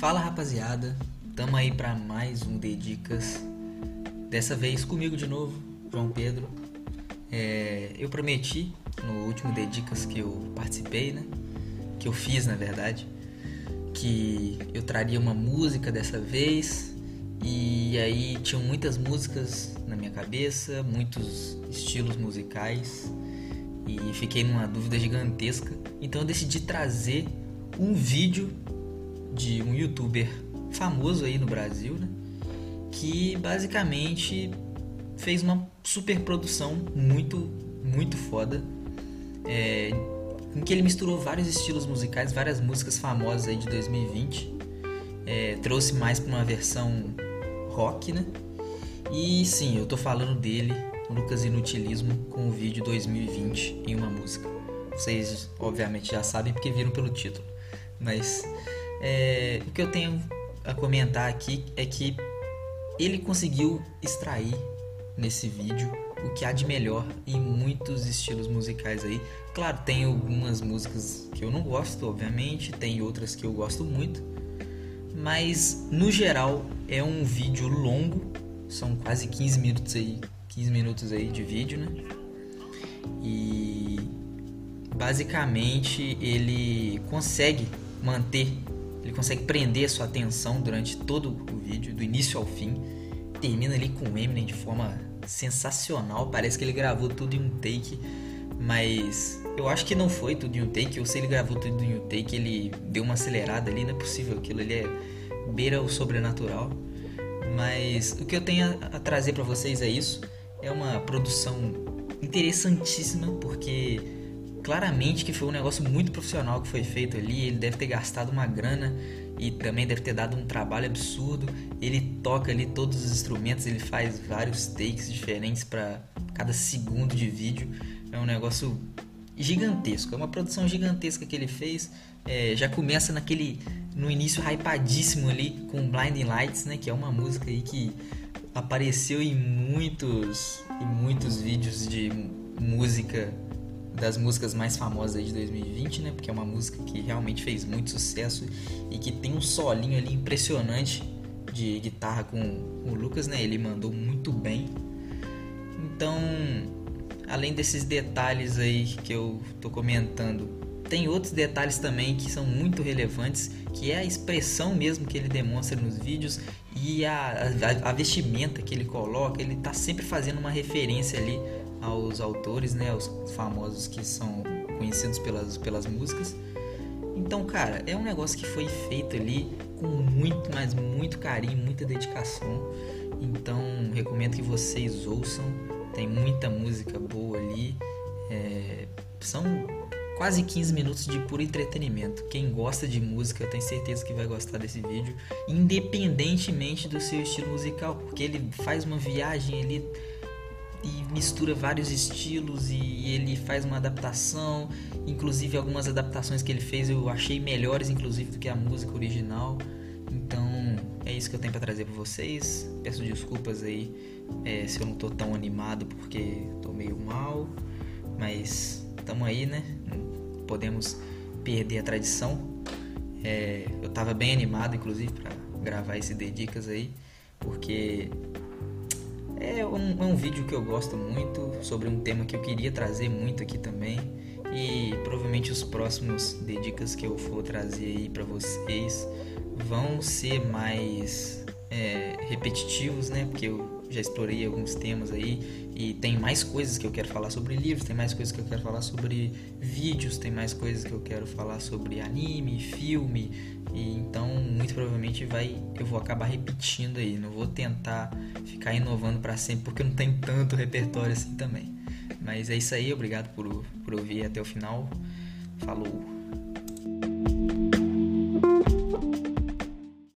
Fala rapaziada, tamo aí pra mais um Dedicas. Dessa vez comigo de novo, João Pedro. Eu prometi no último Dedicas que eu participei, né? Que eu fiz na verdade, que eu traria uma música dessa vez. E aí tinham muitas músicas na minha cabeça, muitos estilos musicais, e fiquei numa dúvida gigantesca. Então eu decidi trazer um vídeo de um youtuber famoso aí no Brasil, né? Que basicamente fez uma super produção muito foda, em que ele misturou vários estilos musicais, várias músicas famosas aí de 2020, trouxe mais para uma versão rock, né? E sim, eu tô falando dele, Lucas Inutilismo, com o vídeo 2020 em uma música. Vocês obviamente já sabem porque viram pelo título, mas o que eu tenho a comentar aqui é que ele conseguiu extrair nesse vídeo o que há de melhor em muitos estilos musicais aí. Claro, tem algumas músicas que eu não gosto, obviamente, tem outras que eu gosto muito, mas no geral é um vídeo longo, são quase 15 minutos aí de vídeo, né? E basicamente ele consegue prender a sua atenção durante todo o vídeo, do início ao fim. Termina ali com o Eminem de forma sensacional, parece que ele gravou tudo em um take, mas eu acho que não foi tudo em um take, ou se ele gravou tudo em um take, ele deu uma acelerada ali, não é possível, aquilo ali beira o sobrenatural. Mas o que eu tenho a trazer pra vocês é isso, é uma produção interessantíssima, porque claramente que foi um negócio muito profissional que foi feito ali. Ele deve ter gastado uma grana e também deve ter dado um trabalho absurdo. Ele toca ali todos os instrumentos, ele faz vários takes diferentes para cada segundo de vídeo. É um negócio gigantesco, é uma produção gigantesca que ele fez. Já começa no início hypadíssimo ali com Blinding Lights, né, que é uma música aí que apareceu em muitos vídeos de música, das músicas mais famosas aí de 2020, né? Porque é uma música que realmente fez muito sucesso e que tem um solinho ali impressionante de guitarra com o Lucas, né? Ele mandou muito bem. Então, além desses detalhes aí que eu tô comentando, tem outros detalhes também que são muito relevantes, que é a expressão mesmo que ele demonstra nos vídeos e a vestimenta que ele coloca. Ele tá sempre fazendo uma referência ali aos autores, né, aos famosos que são conhecidos pelas músicas. Então, cara, é um negócio que foi feito ali com muito, mas muito carinho, muita dedicação. Então, recomendo que vocês ouçam. Tem muita música boa ali. São quase 15 minutos de puro entretenimento. Quem gosta de música, eu tenho certeza que vai gostar desse vídeo, independentemente do seu estilo musical, porque ele faz uma viagem ali e mistura vários estilos, e ele faz uma adaptação. Inclusive algumas adaptações que ele fez eu achei melhores inclusive do que a música original. Então é isso que eu tenho para trazer para vocês. Peço desculpas aí se eu não tô tão animado, porque tô meio mal, mas tamo aí, né? Não podemos perder a tradição. Eu tava bem animado inclusive para gravar esse Dedicas aí, porque é um vídeo que eu gosto muito, sobre um tema que eu queria trazer muito aqui também. E provavelmente os próximos Dedicas que eu for trazer aí pra vocês vão ser mais repetitivos, né? Porque eu já explorei alguns temas aí e tem mais coisas que eu quero falar sobre livros, tem mais coisas que eu quero falar sobre vídeos, tem mais coisas que eu quero falar sobre anime, filme. E então muito provavelmente eu vou acabar repetindo aí, não vou tentar ficar inovando para sempre, porque eu não tenho tanto repertório assim também. Mas é isso aí, obrigado por ouvir até o final. Falou!